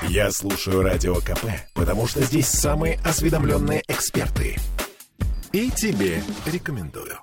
Я слушаю Радио КП, потому что здесь самые осведомленные эксперты. И тебе рекомендую.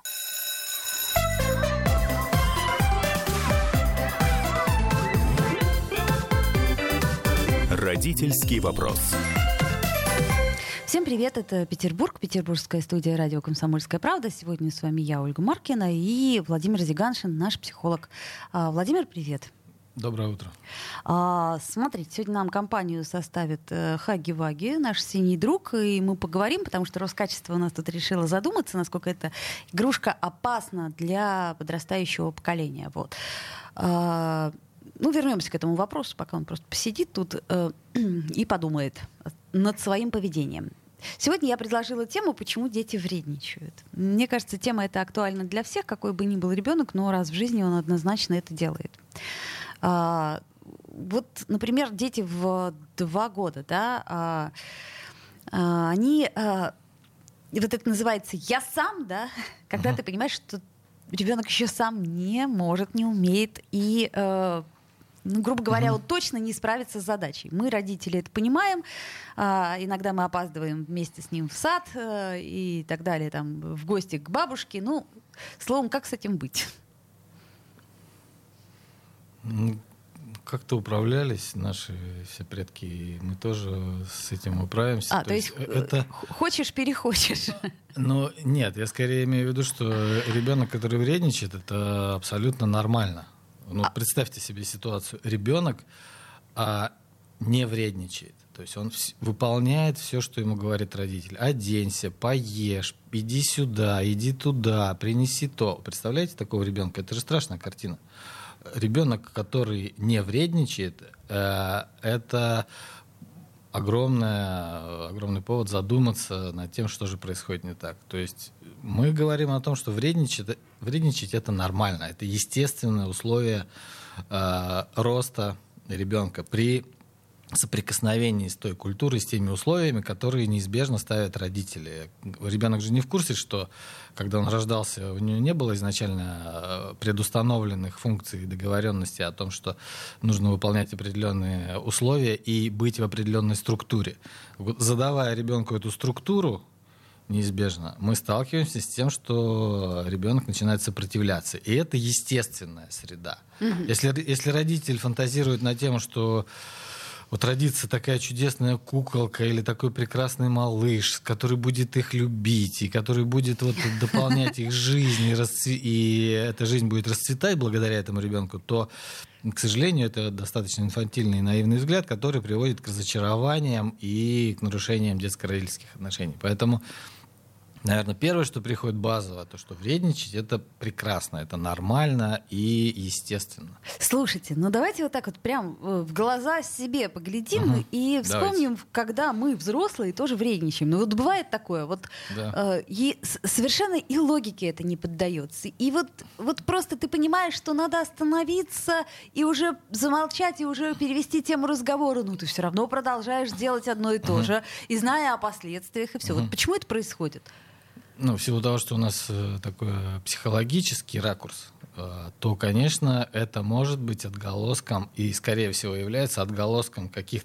Родительский вопрос. Всем привет, это Петербург, петербургская студия радио «Комсомольская правда». Сегодня с вами я, Ольга Маркина, и Владимир Зиганшин, наш психолог. Владимир, привет. Доброе утро. Смотрите, сегодня нам компанию составит Хаги-Ваги, наш синий друг, и мы поговорим, потому что Роскачество у нас тут решило задуматься, насколько эта игрушка опасна для подрастающего поколения. Вот. Вернемся к этому вопросу, пока он просто посидит тут и подумает над своим поведением. Сегодня я предложила тему «Почему дети вредничают?». Мне кажется, тема эта актуальна для всех, какой бы ни был ребенок, но раз в жизни он однозначно это делает. Вот, например, дети в 2 года, да, они, вот это называется «я сам», да, когда ты понимаешь, что ребенок еще сам не может, не умеет и, грубо говоря, вот точно не справится с задачей. Мы, родители, это понимаем, иногда мы опаздываем вместе с ним в сад и так далее, там, в гости к бабушке. Словом, как с этим быть? Как-то управлялись наши все предки, и мы тоже с этим управимся. То есть это... хочешь, перехочешь. Нет, я скорее имею в виду, что ребенок, который вредничает, это абсолютно нормально. Представьте себе ситуацию. Ребенок не вредничает. То есть он выполняет все, что ему говорит родитель. Оденься, поешь, иди сюда, иди туда, принеси то. Представляете такого ребенка? Это же страшная картина. Ребенок, который не вредничает, это огромный повод задуматься над тем, что же происходит не так. То есть мы говорим о том, что вредничать это нормально, это естественное условие роста ребенка при соприкосновении с той культурой, с теми условиями, которые неизбежно ставят родители. Ребенок же не в курсе, что когда он рождался, у него не было изначально предустановленных функций и договоренностей о том, что нужно выполнять определенные условия и быть в определенной структуре. Задавая ребенку эту структуру, неизбежно мы сталкиваемся с тем, что ребенок начинает сопротивляться. И это естественная среда. Если родитель фантазирует на тему, что вот родится такая чудесная куколка или такой прекрасный малыш, который будет их любить, и который будет дополнять их жизнь, и эта жизнь будет расцветать благодаря этому ребенку, то, к сожалению, это достаточно инфантильный и наивный взгляд, который приводит к разочарованиям и к нарушениям детско-родительских отношений. Поэтому, наверное, первое, что приходит базово, то, что вредничать, это прекрасно, это нормально и естественно. Слушайте, давайте вот так вот прям в глаза себе поглядим и вспомним, когда мы, взрослые, тоже вредничаем. Бывает такое, совершенно и логике это не поддается. И вот просто ты понимаешь, что надо остановиться и уже замолчать, и уже перевести тему разговора. Ты все равно продолжаешь делать одно и то же, и зная о последствиях, и все. Вот почему это происходит? В силу того, что у нас такой психологический ракурс, то, конечно, это может быть отголоском и, скорее всего, является отголоском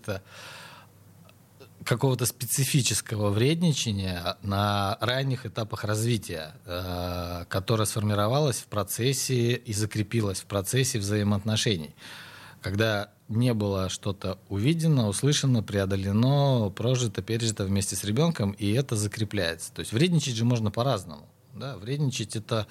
какого-то специфического вредничания на ранних этапах развития, которое сформировалось в процессе и закрепилось в процессе взаимоотношений. Когда не было что-то увидено, услышано, преодолено, прожито, пережито вместе с ребенком, и это закрепляется. То есть вредничать же можно по-разному. Да? Вредничать — это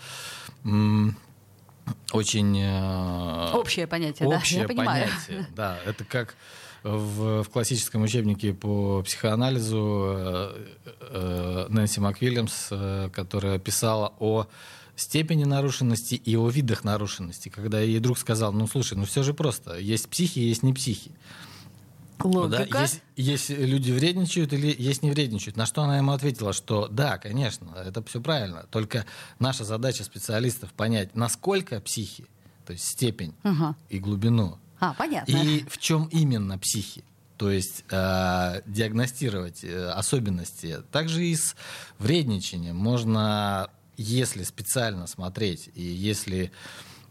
очень... общее понятие, да? Я понимаю. Да, это как в классическом учебнике по психоанализу Нэнси МакВильямс, которая писала о степени нарушенности и о видах нарушенности, когда ей друг сказал: слушай, все же просто, есть психи, есть не психи. Логика. Да? Есть люди вредничают или есть не вредничают. На что она ему ответила, что да, конечно, это все правильно, только наша задача специалистов понять, насколько психи, то есть степень и глубину, понятно. и в чем именно психи. То есть диагностировать особенности. Также и с вредничанием можно, если специально смотреть, и если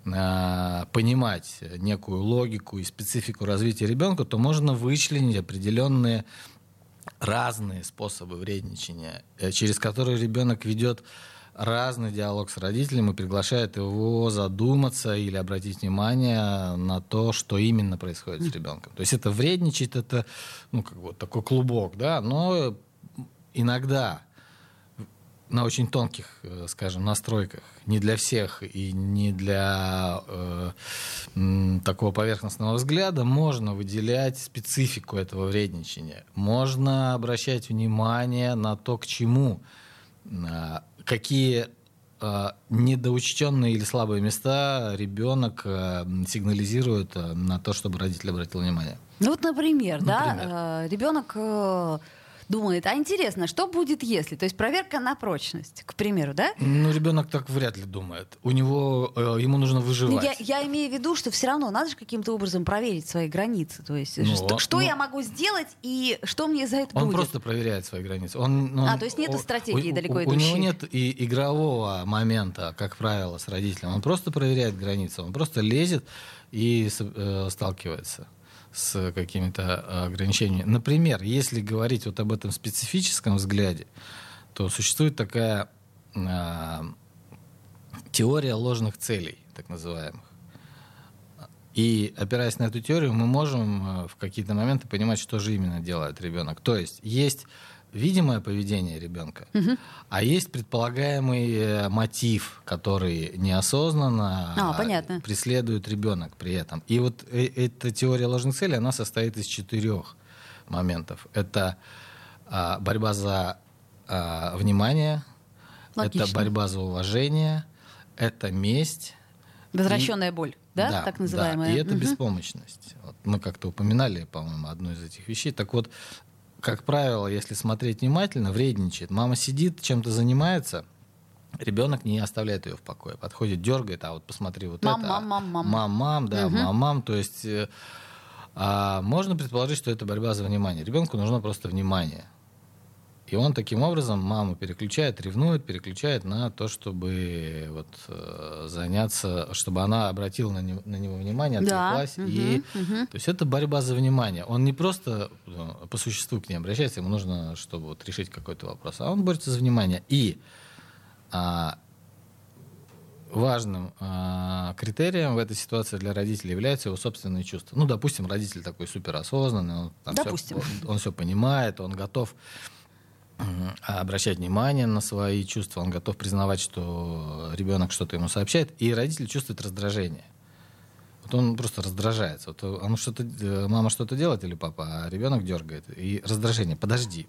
понимать некую логику и специфику развития ребенка, то можно вычленить определенные разные способы вредничания, через которые ребенок ведет разный диалог с родителем и приглашает его задуматься или обратить внимание на то, что именно происходит с ребенком. То есть это вредничать, это такой клубок, да, но иногда на очень тонких, скажем, настройках, не для всех и не для такого поверхностного взгляда, можно выделять специфику этого вредничания. Можно обращать внимание на то, к чему, какие недоучтенные или слабые места ребенок сигнализирует на то, чтобы родитель обратил внимание. Ну вот, например. Да, ребенок думает, а интересно, что будет если? То есть проверка на прочность, к примеру, да? Ну, ребенок так вряд ли думает. Ему нужно выживать. Я имею в виду, что все равно надо же каким-то образом проверить свои границы. То есть, что я могу сделать и что мне за это будет? Он просто проверяет свои границы. То есть нет стратегии далеко идущей? У него нет и игрового момента, как правило, с родителем. Он просто проверяет границы. Он просто лезет и сталкивается с какими-то ограничениями. Например, если говорить вот об этом специфическом взгляде, то существует такая теория ложных целей, так называемых. И опираясь на эту теорию, мы можем в какие-то моменты понимать, что же именно делает ребенок. То есть есть видимое поведение ребенка, а есть предполагаемый мотив, который неосознанно преследует ребенок при этом. И вот эта теория ложных целей, она состоит из 4 моментов. Это борьба за внимание, логично. Это борьба за уважение, это месть. Возвращенная боль, да, так называемая. Да, и это беспомощность. Вот мы как-то упоминали, по-моему, одну из этих вещей. Так вот, как правило, если смотреть внимательно, вредничает. Мама сидит, чем-то занимается, ребенок не оставляет ее в покое. Подходит, дергает, а вот посмотри вот это. Мам. То есть можно предположить, что это борьба за внимание. Ребенку нужно просто внимание. И он таким образом маму ревнует, переключает на то, чтобы заняться, чтобы она обратила на него внимание, отвлеклась. То есть это борьба за внимание. Он не просто по существу к ней обращается, ему нужно, чтобы решить какой-то вопрос, а он борется за внимание. И важным критерием в этой ситуации для родителя являются его собственные чувства. Ну, допустим, родитель такой суперосознанный, он все понимает, он готов обращать внимание на свои чувства, он готов признавать, что ребенок что-то ему сообщает, и родитель чувствует раздражение. Вот он просто раздражается. Мама что-то делает или папа, а ребенок дергает. И раздражение. Подожди.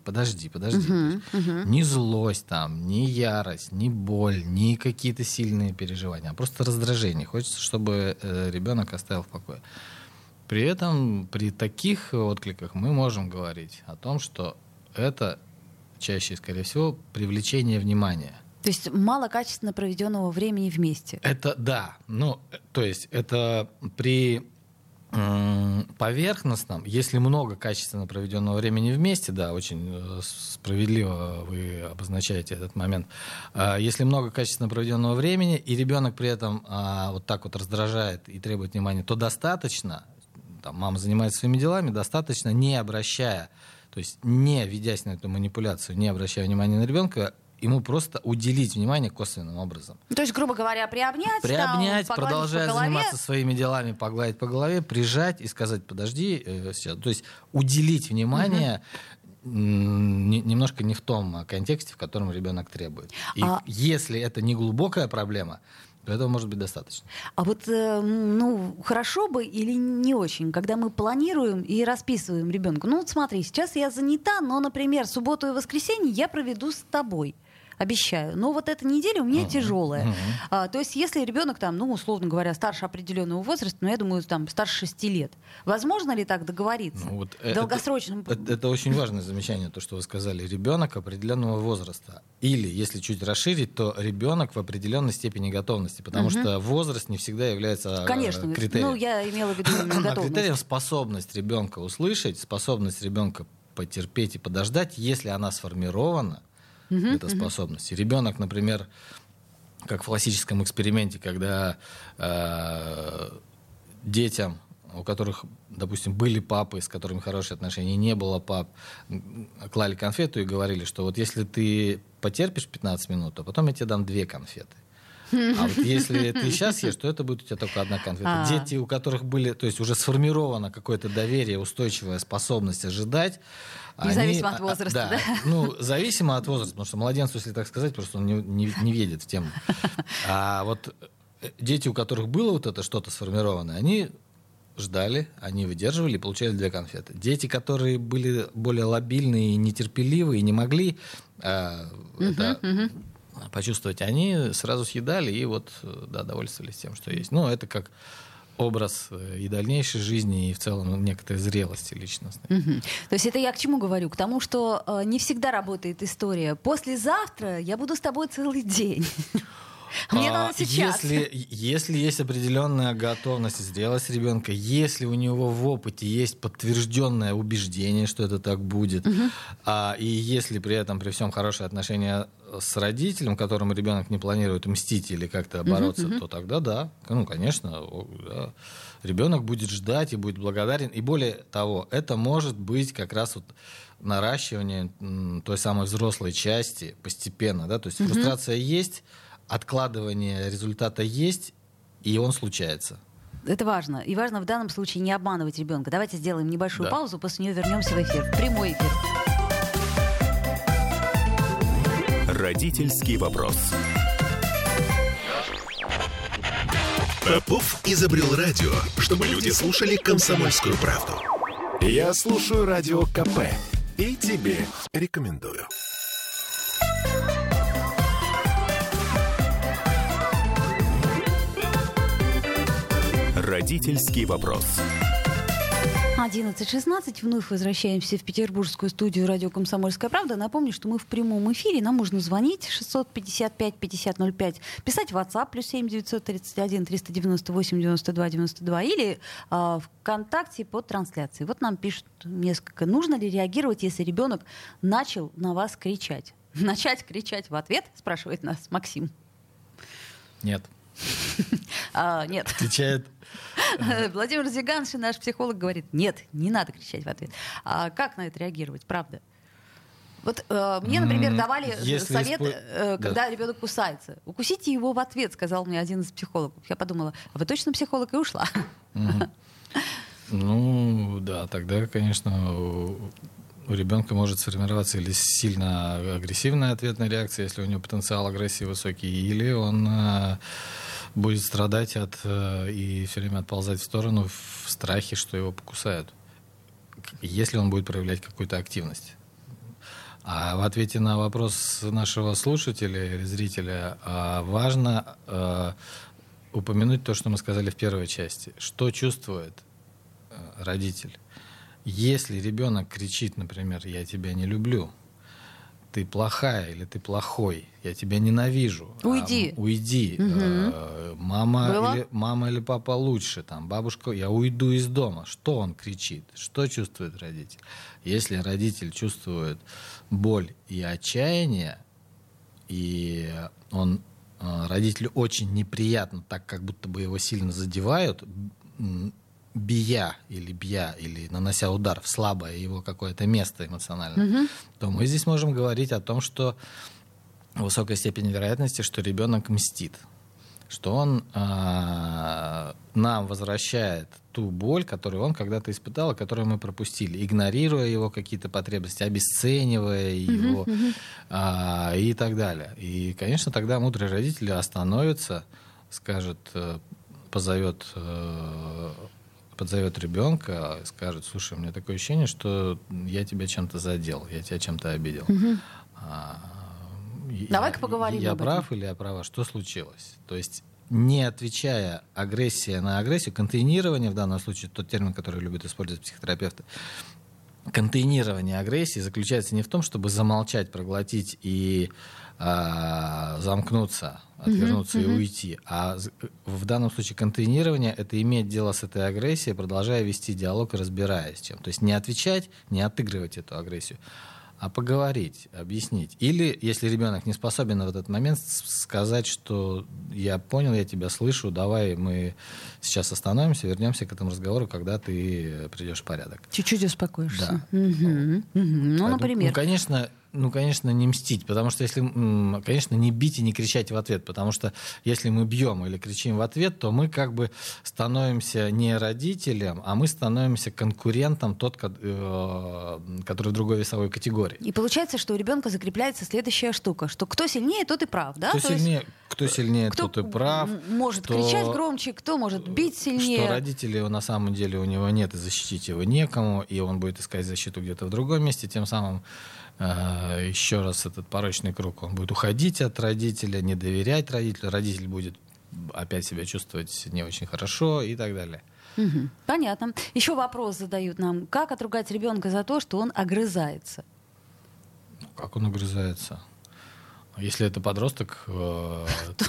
Не злость там, не ярость, не боль, не какие-то сильные переживания, а просто раздражение. Хочется, чтобы ребенок оставил в покое. При этом при таких откликах мы можем говорить о том, что это чаще, скорее всего, привлечение внимания. То есть мало качественно проведенного времени вместе. Это да. То есть это при поверхностном, если много качественно проведенного времени вместе, да, очень справедливо вы обозначаете этот момент. Если много качественно проведенного времени, и ребенок при этом вот так вот раздражает и требует внимания, то достаточно, мама занимается своими делами, достаточно, не обращая, то есть не ведясь на эту манипуляцию, не обращая внимания на ребенка, ему просто уделить внимание косвенным образом. То есть, грубо говоря, приобнять, продолжая заниматься своими делами, погладить по голове, прижать и сказать: подожди, сейчас. То есть уделить внимание немножко не в том контексте, в котором ребенок требует. И если это не глубокая проблема, то этого может быть достаточно. А вот, хорошо бы или не очень, когда мы планируем и расписываем ребенку. Ну, вот смотри, сейчас я занята, но, например, субботу и воскресенье я проведу с тобой. Обещаю. Но вот эта неделя у меня тяжелая. То есть, если ребенок условно говоря, старше определенного возраста, я думаю, старше 6 лет, возможно ли так договориться? В долгосрочном... Это очень важное замечание, то, что вы сказали. Ребенок определенного возраста. Или, если чуть расширить, то ребенок в определенной степени готовности. Потому что возраст не всегда является критерием. Я имела в виду именно готовность. Критерием способность ребенка услышать, способность ребенка потерпеть и подождать, если она сформирована, эта способность. Ребенок, например, как в классическом эксперименте, когда детям, у которых, допустим, были папы, с которыми хорошие отношения, не было пап, клали конфету и говорили, что вот если ты потерпишь 15 минут, то потом я тебе дам 2 конфеты. А вот если ты сейчас съешь, то это будет у тебя только 1 конфета. Дети, у которых были, то есть уже сформировано какое-то доверие, устойчивая способность ожидать. Независимо от возраста, да? Ну, зависимо от возраста, потому что младенцу, если так сказать, просто он не ведет в тему. А вот дети, у которых было вот это что-то сформированное, они ждали, они выдерживали и получали 2 конфеты. Дети, которые были более лобильные, нетерпеливые, не могли это почувствовать, они сразу съедали и вот, да, довольствовались тем, что есть. Ну, это как образ и дальнейшей жизни, и в целом некоторой зрелости личностной. То есть это я к чему говорю? К тому, что не всегда работает история. Послезавтра я буду с тобой целый день. Мне надо сейчас. Если есть определенная готовность сделать ребенка, если у него в опыте есть подтвержденное убеждение, что это так будет, и если при этом при всем хорошие отношения с родителем, которому ребенок не планирует мстить или как-то бороться, то тогда да, ну, конечно, да, ребенок будет ждать и будет благодарен. И более того, это может быть как раз вот наращивание той самой взрослой части постепенно, да, то есть фрустрация есть, откладывание результата есть, и он случается. Это важно. И важно в данном случае не обманывать ребенка. Давайте сделаем небольшую паузу, после нее вернемся в эфир. В прямой эфир. Родительский вопрос. Попов изобрел радио, чтобы люди слушали «Комсомольскую правду». Я слушаю радио КП и тебе рекомендую. Родительский вопрос. 11:16. Вновь возвращаемся в петербургскую студию радио «Комсомольская правда». Напомню, что мы в прямом эфире. Нам можно звонить 655-5005, писать в WhatsApp +7 931 398 92 92 или ВКонтакте под трансляцией. Вот нам пишут несколько. Нужно ли реагировать, если ребенок начал на вас кричать? Начать кричать в ответ, спрашивает нас Максим. Нет. Нет. Отвечает. Владимир Зиганшин, наш психолог, говорит, нет, не надо кричать в ответ. А как на это реагировать, правда? Вот мне, например, давали совет, когда ребенок кусается. Укусите его в ответ, сказал мне один из психологов. Я подумала, а вы точно психолог? И ушла. Ну, да, тогда, конечно, у ребенка может сформироваться или сильно агрессивная ответная реакция, если у него потенциал агрессии высокий, или он будет страдать и все время отползать в сторону в страхе, что его покусают, если он будет проявлять какую-то активность. А в ответе на вопрос нашего слушателя или зрителя важно упомянуть то, что мы сказали в первой части. Что чувствует родитель? Если ребенок кричит, например, «я тебя не люблю», «ты плохая» или «ты плохой», «я тебя ненавижу», «уйди», «уйди», мама или папа лучше», там, «бабушка, я уйду из дома». Что он кричит? Что чувствует родитель? Если родитель чувствует боль и отчаяние, и родителю очень неприятно, так как будто бы его сильно задевают, бья или нанося удар в слабое его какое-то место эмоциональное, то мы здесь можем говорить о том, что высокая степень вероятности, что ребенок мстит, что он нам возвращает ту боль, которую он когда-то испытал, которую мы пропустили, игнорируя его какие-то потребности, обесценивая его и так далее. И, конечно, тогда мудрый родитель остановится, скажет, позовет ребенка, скажет: слушай, у меня такое ощущение, что я тебя чем-то задел, я тебя чем-то обидел. Давай-ка поговорим я об этом. прав или я права? Что случилось? То есть, не отвечая агрессия на агрессию, контейнирование в данном случае, тот термин, который любят использовать психотерапевты, контейнирование агрессии заключается не в том, чтобы замолчать, проглотить и замкнуться, отвернуться и уйти. А в данном случае контейнирование — это иметь дело с этой агрессией, продолжая вести диалог и разбираясь с чем. То есть не отвечать, не отыгрывать эту агрессию, а поговорить, объяснить. Или, если ребенок не способен в этот момент сказать, что я понял, я тебя слышу, давай мы сейчас остановимся, вернемся к этому разговору, когда ты придешь в порядок. Чуть-чуть успокоишься. Да. Ну, например. Ну, конечно, не мстить, потому что если, конечно, не бить и не кричать в ответ, потому что если мы бьем или кричим в ответ, то мы как бы становимся не родителем, а мы становимся конкурентом, тот, который в другой весовой категории. И получается, что у ребенка закрепляется следующая штука, что кто сильнее, тот и прав, да? Кто сильнее, тот и прав. Может кричать громче, кто может бить сильнее. Что родители на самом деле у него нет, и защитить его некому, и он будет искать защиту где-то в другом месте, тем самым еще раз этот порочный круг, он будет уходить от родителя, не доверять родителю, родитель будет опять себя чувствовать не очень хорошо и так далее. Угу. Понятно. Еще вопрос задают нам. Как отругать ребенка за то, что он огрызается? Как он огрызается? Если это подросток, то...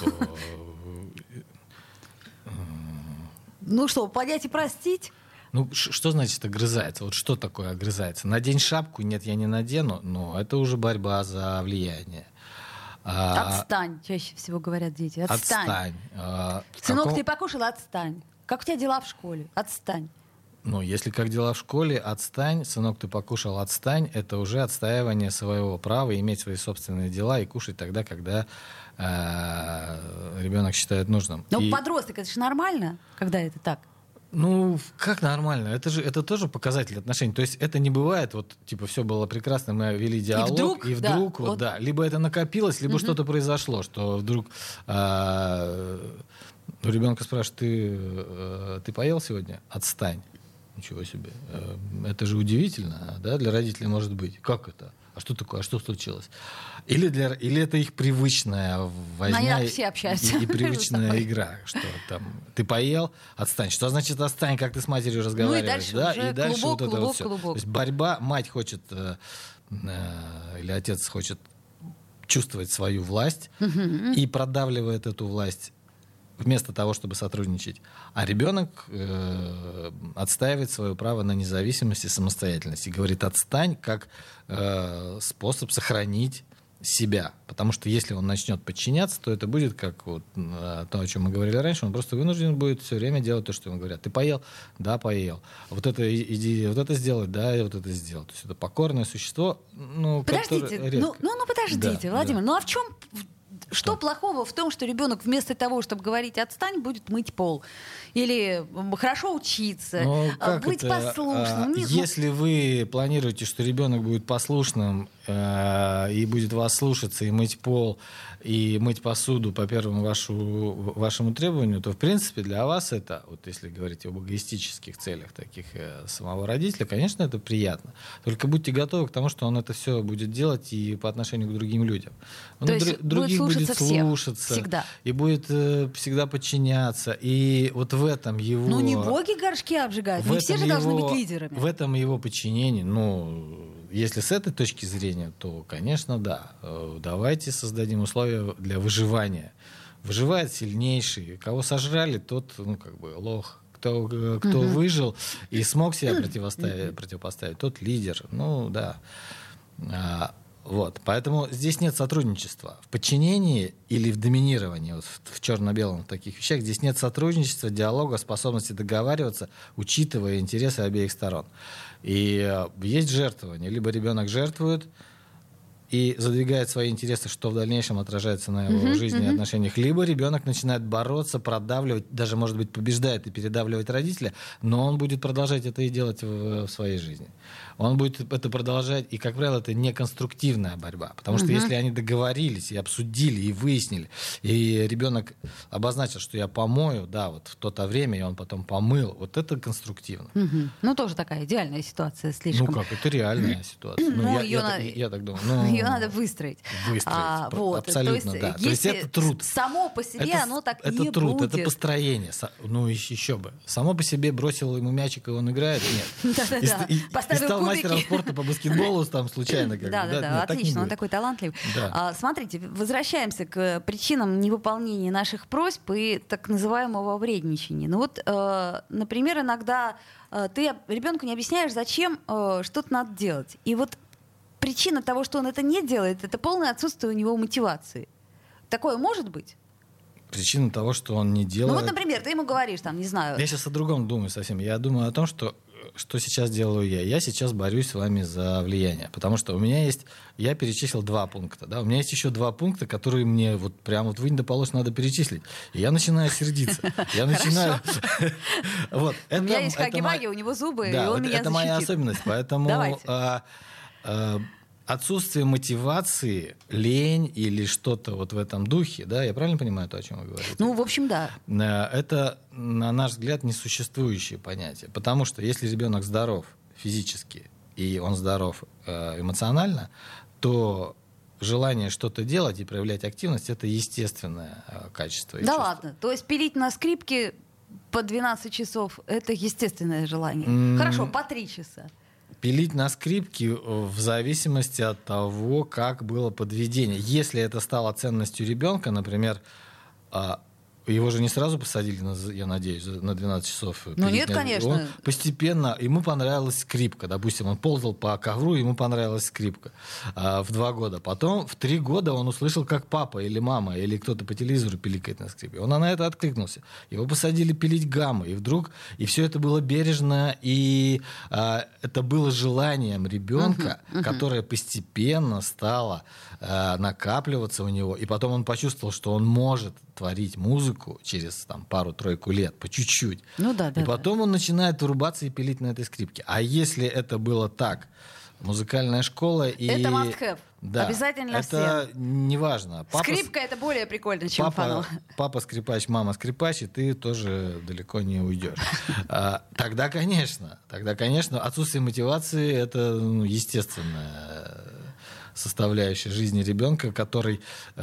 Ну что, понять и простить? Ну, что значит огрызается? Вот что такое огрызается? Надень шапку? Нет, я не надену. Но это уже борьба за влияние. Отстань, чаще всего говорят дети. Отстань. Сынок, ты покушал? Отстань. Как у тебя дела в школе? Отстань. Ну, если как дела в школе, отстань. Сынок, ты покушал? Отстань. Это уже отстаивание своего права иметь свои собственные дела и кушать тогда, когда ребенок считает нужным. Но подросток, это же нормально, когда это так? Ну, как нормально? Это тоже показатель отношений. То есть это не бывает, вот, типа, все было прекрасно, мы вели диалог, и вдруг вот, да, либо это накопилось, либо что-то произошло, что вдруг у ребенка спрашивают, ты поел сегодня? Отстань. Ничего себе. Это же удивительно, да, для родителей может быть. Как это? А что такое? А что случилось? Или это их привычная возня и привычная игра, что там ты поел, отстань. Что значит отстань, как ты с матерью разговариваешь? Ну и дальше, клубок, вот это вот все. Клубок. То есть борьба, мать хочет или отец хочет чувствовать свою власть и продавливает эту власть вместо того, чтобы сотрудничать. А ребенок отстаивает свое право на независимость и самостоятельность. И говорит, отстань как способ сохранить себя. Потому что если он начнет подчиняться, то это будет как вот, то, о чем мы говорили раньше, он просто вынужден будет все время делать то, что ему говорят. Ты поел? Да, поел. Вот это иди, вот это сделать? Да, и вот это сделать. То есть это покорное существо, подождите, подождите, да, Владимир, да. Ну а в чем... Что плохого в том, что ребенок вместо того, чтобы говорить «отстань», будет мыть пол? Или хорошо учиться, быть послушным? Если вы планируете, что ребенок будет послушным и будет вас слушаться, и мыть пол, и мыть посуду по первому вашему требованию, то, в принципе, для вас это, вот если говорить об эгоистических целях таких самого родителя, конечно, это приятно. Только будьте готовы к тому, что он это все будет делать и по отношению к другим людям. Он других будет слушаться всегда. И будет всегда подчиняться. И вот в этом его... Ну, не боги горшки обжигают, не все же должны быть лидерами. В этом его подчинение, если с этой точки зрения, то, конечно, да. Давайте создадим условия для выживания. Выживает сильнейший. Кого сожрали, тот, лох. Кто выжил и смог себя противопоставить, тот лидер. Ну, да. Вот. Поэтому здесь нет сотрудничества. В подчинении или в доминировании, вот в черно-белом в таких вещах, здесь нет сотрудничества, диалога, способности договариваться, учитывая интересы обеих сторон. И есть жертвование. Либо ребенок жертвует и задвигает свои интересы, что в дальнейшем отражается на его жизни и отношениях. Либо ребенок начинает бороться, продавливать, даже, может быть, побеждает и передавливать родителя, но он будет продолжать это и делать в своей жизни. Он будет это продолжать, и, как правило, это не конструктивная борьба. Потому что если они договорились и обсудили, и выяснили, и ребенок обозначил, что я помою, да, вот в то-то время, и он потом помыл, вот это конструктивно. Ну, тоже такая идеальная ситуация слишком. Ну как, это реальная ситуация. Я так думаю. Ее надо выстроить. Абсолютно, то есть, да. То есть это труд. Само по себе оно так это не труд, будет. Это построение. Ну, еще бы. Само по себе бросил ему мячик, и он играет? Нет. Да-да-да. И стал мастером спорта по баскетболу там случайно. Да, отлично, он такой талантливый. Смотрите, возвращаемся к причинам невыполнения наших просьб и так называемого вредничания. Ну вот, например, иногда ты ребенку не объясняешь, зачем что-то надо делать. И вот причина того, что он это не делает, это полное отсутствие у него мотивации. Такое может быть? Причина того, что он не делает... Ну вот, например, ты ему говоришь, там, не знаю... Я сейчас о другом думаю совсем. Я думаю о том, что сейчас делаю я. Я сейчас борюсь с вами за влияние. Потому что у меня есть... Я перечислил 2 пункта. Да? У меня есть еще 2 пункта, которые мне вот прям вот вынь да положь надо перечислить. И я начинаю сердиться. Я начинаю... У меня есть хаги-ваги, у него зубы, и он меня защитит. Это моя особенность. Поэтому отсутствие мотивации, лень или что-то вот в этом духе, да, я правильно понимаю то, о чем вы говорите? Ну, в общем, да. Это, на наш взгляд, несуществующее понятие. Потому что если ребенок здоров физически и он здоров эмоционально, то желание что-то делать и проявлять активность — это естественное качество. Да ладно, то есть пилить на скрипке по 12 часов — это естественное желание. Хорошо, по 3 часа. Пилить на скрипке в зависимости от того, как было подведение. Если это стало ценностью ребенка, например, его же не сразу посадили, я надеюсь, на 12 часов. Ну нет, конечно. Он постепенно, ему понравилась скрипка. Допустим, он ползал по ковру, ему понравилась скрипка в 2 года. Потом в 3 года он услышал, как папа или мама или кто-то по телевизору пиликает на скрипке. Он на это откликнулся. Его посадили пилить гаммы. И вдруг, и все это было бережно, и это было желанием ребенка, которое постепенно стало накапливаться у него. И потом он почувствовал, что он может творить музыку через там, 2-3 лет, по чуть-чуть. Ну, да, и потом он начинает вырубаться и пилить на этой скрипке. А если это было так, музыкальная школа и... Это must have. Да, обязательно это всем. Неважно. Скрипка — это более прикольно, чем фанал. Папа скрипач, мама скрипач, и ты тоже далеко не уйдешь. Тогда, конечно, отсутствие мотивации — это естественное составляющая жизни ребенка, который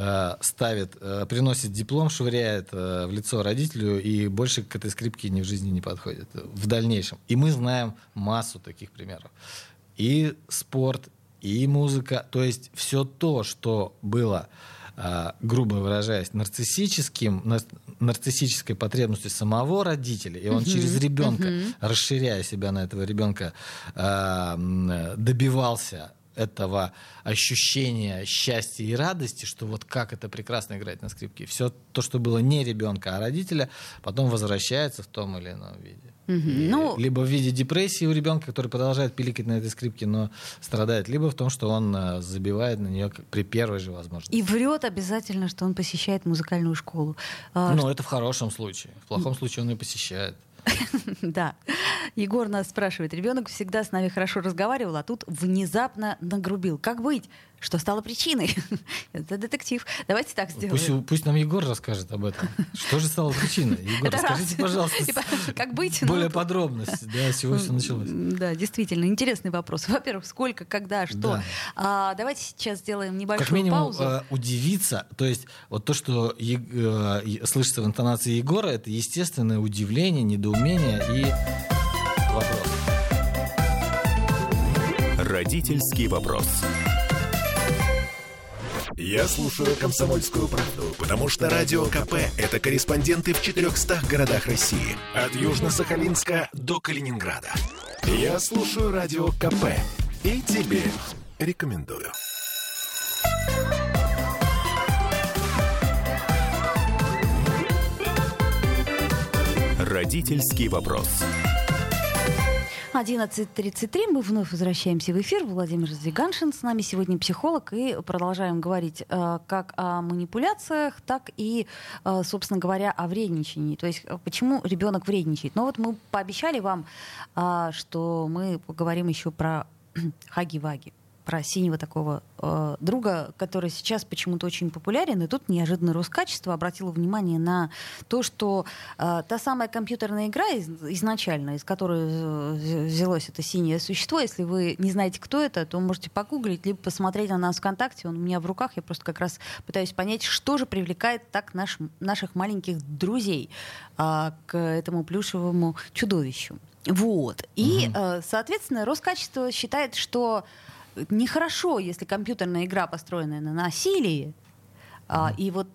приносит диплом, швыряет в лицо родителю и больше к этой скрипке ни в жизни не подходит в дальнейшем. И мы знаем массу таких примеров. И спорт, и музыка, то есть все то, что было, грубо выражаясь, нарциссической потребностью самого родителя, и он через ребенка, расширяя себя на этого ребенка, добивался этого ощущения счастья и радости, что вот как это прекрасно играть на скрипке. Все то, что было не ребенка, а родителя, потом возвращается в том или ином виде. Либо в виде депрессии у ребенка, который продолжает пиликать на этой скрипке, но страдает, либо в том, что он забивает на нее при первой же возможности. И врет обязательно, что он посещает музыкальную школу. Это в хорошем случае. В плохом случае он ее посещает. Да. Егор нас спрашивает. Ребенок всегда с нами хорошо разговаривал, а тут внезапно нагрубил. Как быть? Что стало причиной? Это детектив. Давайте так сделаем. Пусть нам Егор расскажет об этом. Что же стало причиной? Егор, расскажите, пожалуйста, как быть? Более подробности, с чего все началось. Да, действительно, интересный вопрос. Во-первых, сколько, когда, что. Давайте сейчас сделаем небольшую паузу. Как минимум удивиться. То есть вот то, что слышится в интонации Егора, это естественное удивление, недоумение и вопрос. Родительский вопрос. Я слушаю «Комсомольскую правду», потому что Радио КП — это корреспонденты в 400 городах России. От Южно-Сахалинска до Калининграда. Я слушаю Радио КП и тебе рекомендую. Родительский вопрос. 11:33. Мы вновь возвращаемся в эфир. Владимир Здвиганшин с нами сегодня психолог. И продолжаем говорить как о манипуляциях, так и, собственно говоря, о вредничании. То есть почему ребенок вредничает. Но вот мы пообещали вам, что мы поговорим еще про хаги-ваги. Про синего такого друга, который сейчас почему-то очень популярен, и тут неожиданно Роскачество обратило внимание на то, что та самая компьютерная игра изначально, из которой взялось это синее существо, если вы не знаете, кто это, то можете погуглить, либо посмотреть на нас ВКонтакте, он у меня в руках, я просто как раз пытаюсь понять, что же привлекает так наших маленьких друзей к этому плюшевому чудовищу. Вот. И, соответственно, Роскачество считает, что нехорошо, если компьютерная игра, построенная на насилии, и вот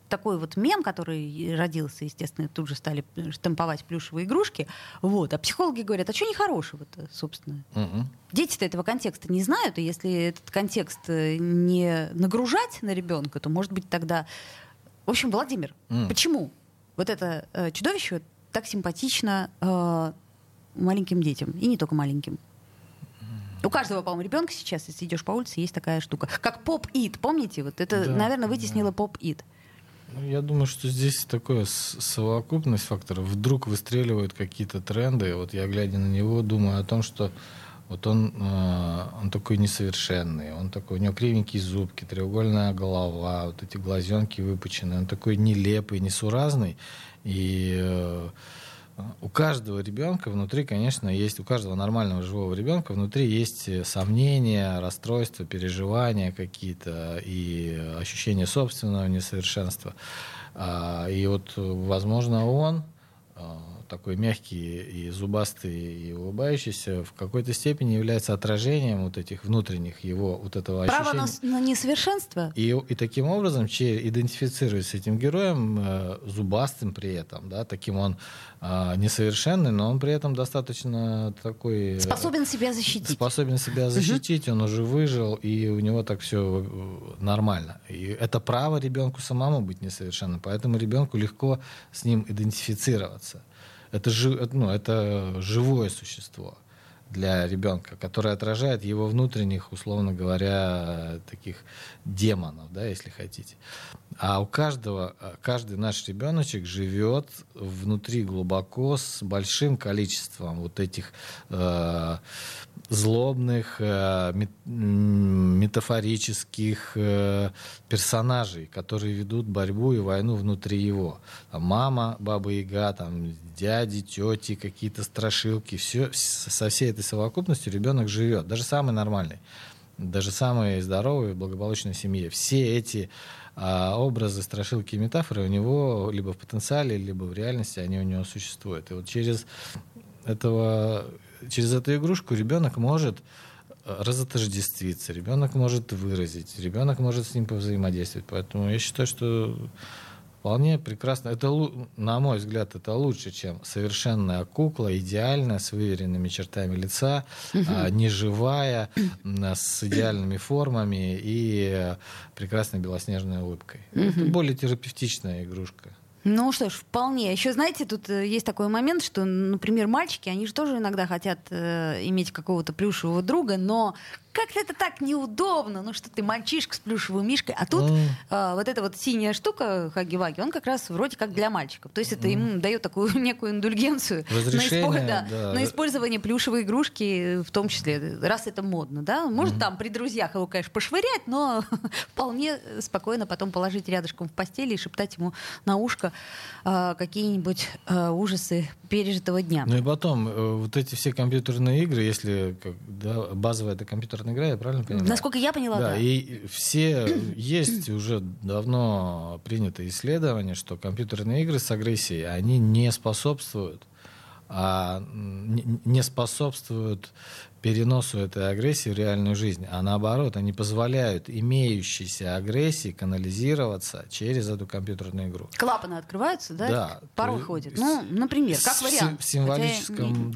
такой вот мем, который родился, естественно, тут же стали штамповать плюшевые игрушки. Вот. А психологи говорят, а что нехорошего-то, собственно? Дети-то этого контекста не знают, и если этот контекст не нагружать на ребенка, то, может быть, тогда... В общем, Владимир, почему вот это чудовище так симпатично маленьким детям, и не только маленьким? У каждого, по-моему, ребенка сейчас, если идешь по улице, есть такая штука. Как поп-ит, помните? Вот это, да, наверное, вытеснило поп-ит. Я думаю, что здесь такая совокупность факторов. Вдруг выстреливают какие-то тренды. Вот я, глядя на него, думаю о том, что вот он такой несовершенный, он такой, у него кривенькие зубки, треугольная голова, вот эти глазенки выпученные, он такой нелепый, несуразный. И у каждого ребенка внутри, конечно, есть, у каждого нормального живого ребенка внутри есть сомнения, расстройства, переживания какие-то и ощущение собственного несовершенства. И вот, возможно, он, такой мягкий и зубастый и улыбающийся, в какой-то степени является отражением вот этих внутренних его вот этого ощущения. Право на несовершенство? И таким образом, идентифицируясь с этим героем, зубастым при этом, да, таким он несовершенный, но он при этом достаточно такой... Способен себя защитить. Способен себя защитить, он уже выжил, и у него так все нормально. И это право ребенку самому быть несовершенным, поэтому ребенку легко с ним идентифицироваться. Это живое существо для ребенка, которое отражает его внутренних, условно говоря, таких демонов, да, если хотите. А каждый наш ребеночек живет внутри глубоко с большим количеством вот этих злобных, метафорических персонажей, которые ведут борьбу и войну внутри его. Там мама, баба-яга, там дяди, тети, какие-то страшилки. Все, со всей этой совокупностью ребенок живет. Даже самый нормальный, даже самый здоровый, в благополучной семье. Все эти образы, страшилки и метафоры у него либо в потенциале, либо в реальности они у него существуют. И вот через эту игрушку ребенок может разотождествиться, ребенок может выразить, ребенок может с ним повзаимодействовать. Поэтому я считаю, что вполне прекрасно. Это, на мой взгляд, это лучше, чем совершенная кукла, идеальная, с выверенными чертами лица, неживая, с идеальными формами и прекрасной белоснежной улыбкой. Это более терапевтичная игрушка. Ну что ж, вполне. Еще, знаете, тут есть такой момент, что, например, мальчики, они же тоже иногда хотят иметь какого-то плюшевого друга, но как-то это так неудобно, ну что ты мальчишка с плюшевой мишкой, а тут вот эта вот синяя штука Хаги-Ваги, он как раз вроде как для мальчиков. То есть это ему дает такую некую индульгенцию на использование плюшевой игрушки, в том числе, раз это модно, да. Может там при друзьях его, конечно, пошвырять, но вполне спокойно потом положить рядышком в постели и шептать ему на ушко какие-нибудь ужасы пережитого дня. Ну и потом, вот эти все компьютерные игры, если базовая это компьютерная игра, я правильно понимаю? Насколько я поняла, да. И все есть уже давно принятые исследования, что компьютерные игры с агрессией, они не способствуют переносу этой агрессии в реальную жизнь, а наоборот, они позволяют имеющейся агрессии канализироваться через эту компьютерную игру. Клапаны открываются, да? Да. Пар выходит. Ну, например, как вариант. В символическом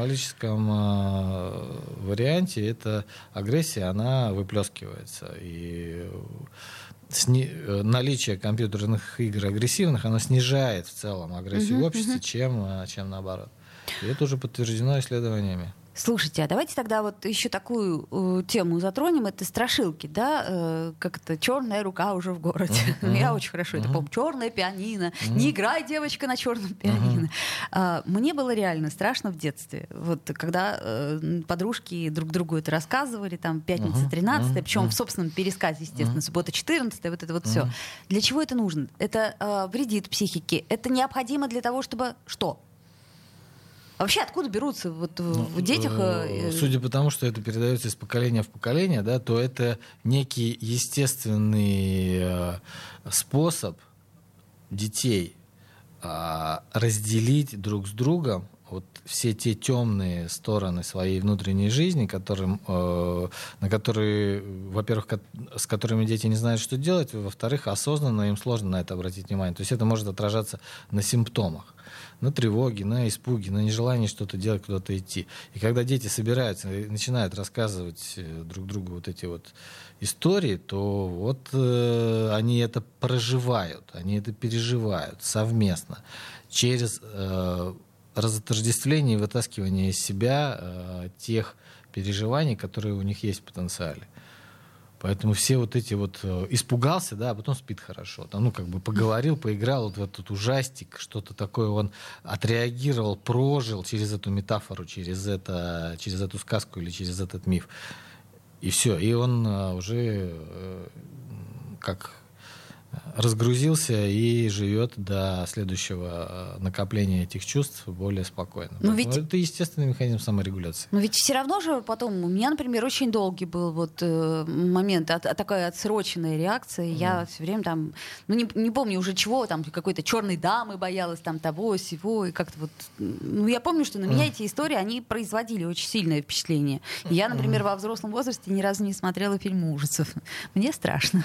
варианте эта агрессия, она выплескивается. И наличие компьютерных игр агрессивных, оно снижает в целом агрессию в обществе, чем наоборот. И это уже подтверждено исследованиями. Слушайте, а давайте тогда вот еще такую тему затронем. Это страшилки, да? Как это черная рука уже в городе. Я очень хорошо это помню. Черное пианино. Не играй, девочка, на черном пианино. Мне было реально страшно в детстве. Вот когда подружки друг другу это рассказывали, там пятница 13-я, причем в собственном пересказе, естественно, суббота 14-я, вот это вот все. Для чего это нужно? Это вредит психике. Это необходимо для того, чтобы что? Вообще, откуда берутся вот в детях? Судя по тому, что это передается из поколения в поколение, да, то это некий естественный способ детей разделить друг с другом вот все те темные стороны своей внутренней жизни, на которые, во-первых, с которыми дети не знают, что делать, во-вторых, осознанно им сложно на это обратить внимание. То есть это может отражаться на симптомах, на тревоге, на испуге, на нежелании что-то делать, куда-то идти. И когда дети собираются и начинают рассказывать друг другу вот эти вот истории, то вот они это проживают, они это переживают совместно через разотождествление и вытаскивание из себя тех переживаний, которые у них есть в потенциале. Поэтому все вот эти вот испугался, да, а потом спит хорошо. Там, ну, как бы поговорил, поиграл вот в этот ужастик, что-то такое он отреагировал, прожил через эту метафору, через эту сказку или через этот миф. И все. И он уже как разгрузился и живет до следующего накопления этих чувств более спокойно. Это естественный механизм саморегуляции. Но ведь все равно же потом, у меня, например, очень долгий был вот момент такой отсроченной реакции. Я все время там, ну не помню уже чего, там какой-то черной дамы боялась, там того, сего, и как-то вот... Ну я помню, что на меня эти истории, они производили очень сильное впечатление. И я, например, во взрослом возрасте ни разу не смотрела фильм ужасов. Мне страшно.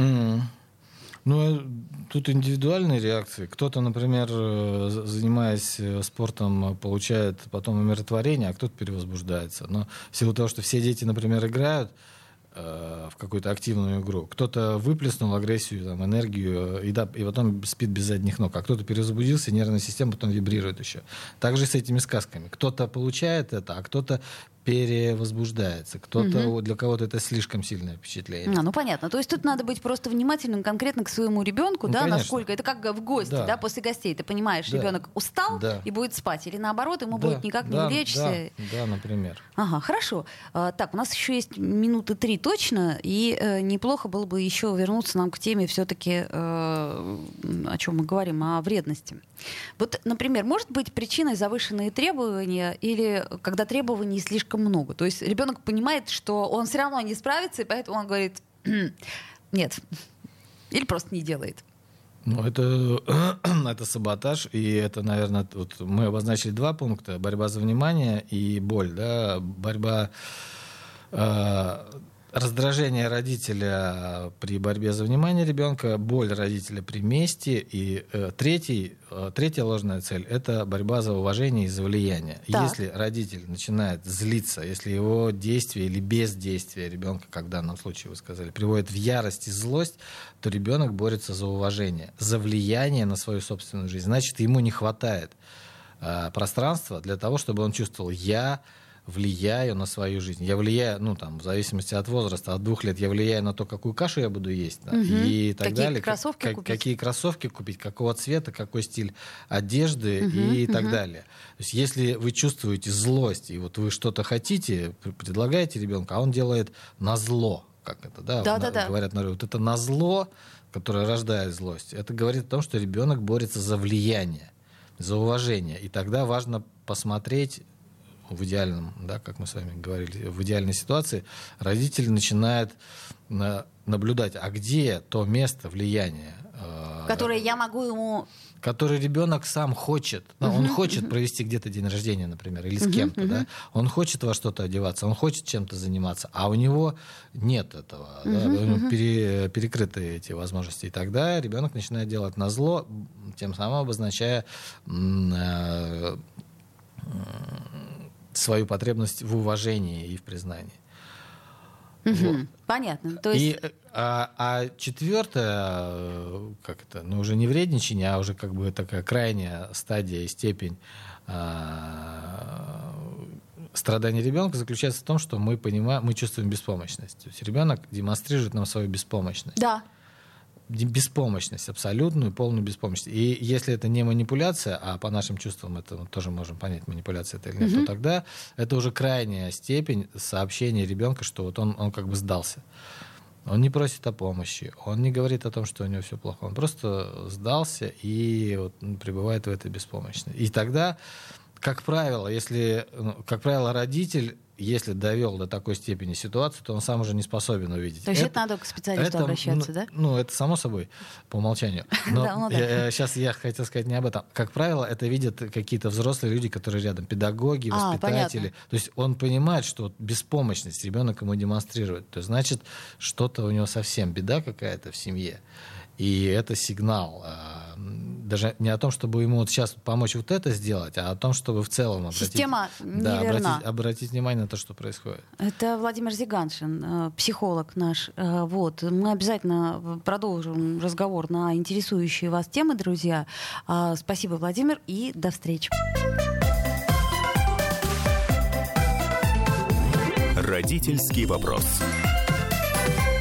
Ну, тут индивидуальные реакции. Кто-то, например, занимаясь спортом, получает потом умиротворение, а кто-то перевозбуждается. Но в силу того, что все дети, например, играют в какую-то активную игру, кто-то выплеснул агрессию, там, энергию, и потом спит без задних ног, а кто-то перевозбудился, нервная система потом вибрирует еще. Так же с этими сказками. Кто-то получает это, а кто-то перевозбуждается. Для кого-то это слишком сильное впечатление. Ну понятно. То есть тут надо быть просто внимательным конкретно к своему ребенку, да, конечно. насколько это как в гости, да, после гостей. Ты понимаешь, ребенок устал и будет спать, или наоборот, ему будет никак не влечься. Да, например. Ага, хорошо. Так, у нас еще есть минуты 3 точно, и неплохо было бы еще вернуться нам к теме все-таки, о чем мы говорим, о вредности. Вот, например, может быть причиной завышенные требования или когда требований слишком много. То есть ребенок понимает, что он все равно не справится, и поэтому он говорит нет. Или просто не делает. Ну, это саботаж, и это, наверное, вот мы обозначили 2 пункта: борьба за внимание и боль, да, борьба, раздражение родителя при борьбе за внимание ребенка, боль родителя при мести, и третья ложная цель — это борьба за уважение и за влияние. Так. Если родитель начинает злиться, если его действие или бездействие ребенка, как в данном случае вы сказали, приводит в ярость и злость, то ребенок борется за уважение, за влияние на свою собственную жизнь. Значит, ему не хватает пространства для того, чтобы он чувствовал: я влияю на свою жизнь. Я влияю, ну, там, в зависимости от возраста, от 2 лет я влияю на то, какую кашу я буду есть, да, и так далее. Какие кроссовки купить, какого цвета, какой стиль одежды и так далее. То есть если вы чувствуете злость, и вот вы что-то хотите, предлагаете ребенку, а он делает назло, как это, да, говорят, вот это назло, которое рождает злость, это говорит о том, что ребенок борется за влияние, за уважение. И тогда важно посмотреть, в идеальном, да, как мы с вами говорили, в идеальной ситуации родители начинают наблюдать, а где то место влияния, которое я могу ему... Который ребенок сам хочет. Он хочет провести где-то день рождения, например, или с кем-то. Да? Он хочет во что-то одеваться, он хочет чем-то заниматься, а у него нет этого. Да? У него перекрыты эти возможности. И тогда ребенок начинает делать назло, тем самым обозначая свою потребность в уважении и в признании. Вот. Понятно. То есть... Четвертое, как это, ну, уже не вредничание, а уже как бы такая крайняя стадия и степень страдания ребенка заключается в том, что мы чувствуем беспомощность. То есть ребенок демонстрирует нам свою беспомощность. Да. Беспомощность, абсолютную, полную беспомощность. И если это не манипуляция, а по нашим чувствам это мы тоже можем понять, манипуляция это или нет, то тогда это уже крайняя степень сообщения ребенка, что вот он как бы сдался. Он не просит о помощи, он не говорит о том, что у него все плохо. Он просто сдался и вот пребывает в этой беспомощности. И тогда как правило, родитель, если довел до такой степени ситуацию, то он сам уже не способен увидеть. То есть это надо к специалисту обращаться, да? Ну, это само собой, по умолчанию. Но сейчас я хотел сказать не об этом. Как правило, это видят какие-то взрослые люди, которые рядом, педагоги, воспитатели. То есть он понимает, что беспомощность ребенок ему демонстрирует. То есть, значит, что-то у него совсем беда какая-то в семье. И это сигнал. Даже не о том, чтобы ему вот сейчас помочь вот это сделать, а о том, чтобы в целом обратить внимание на то, что происходит. Это Владимир Зиганшин, психолог наш. Вот. Мы обязательно продолжим разговор на интересующие вас темы, друзья. Спасибо, Владимир, и до встречи. Родительский вопрос.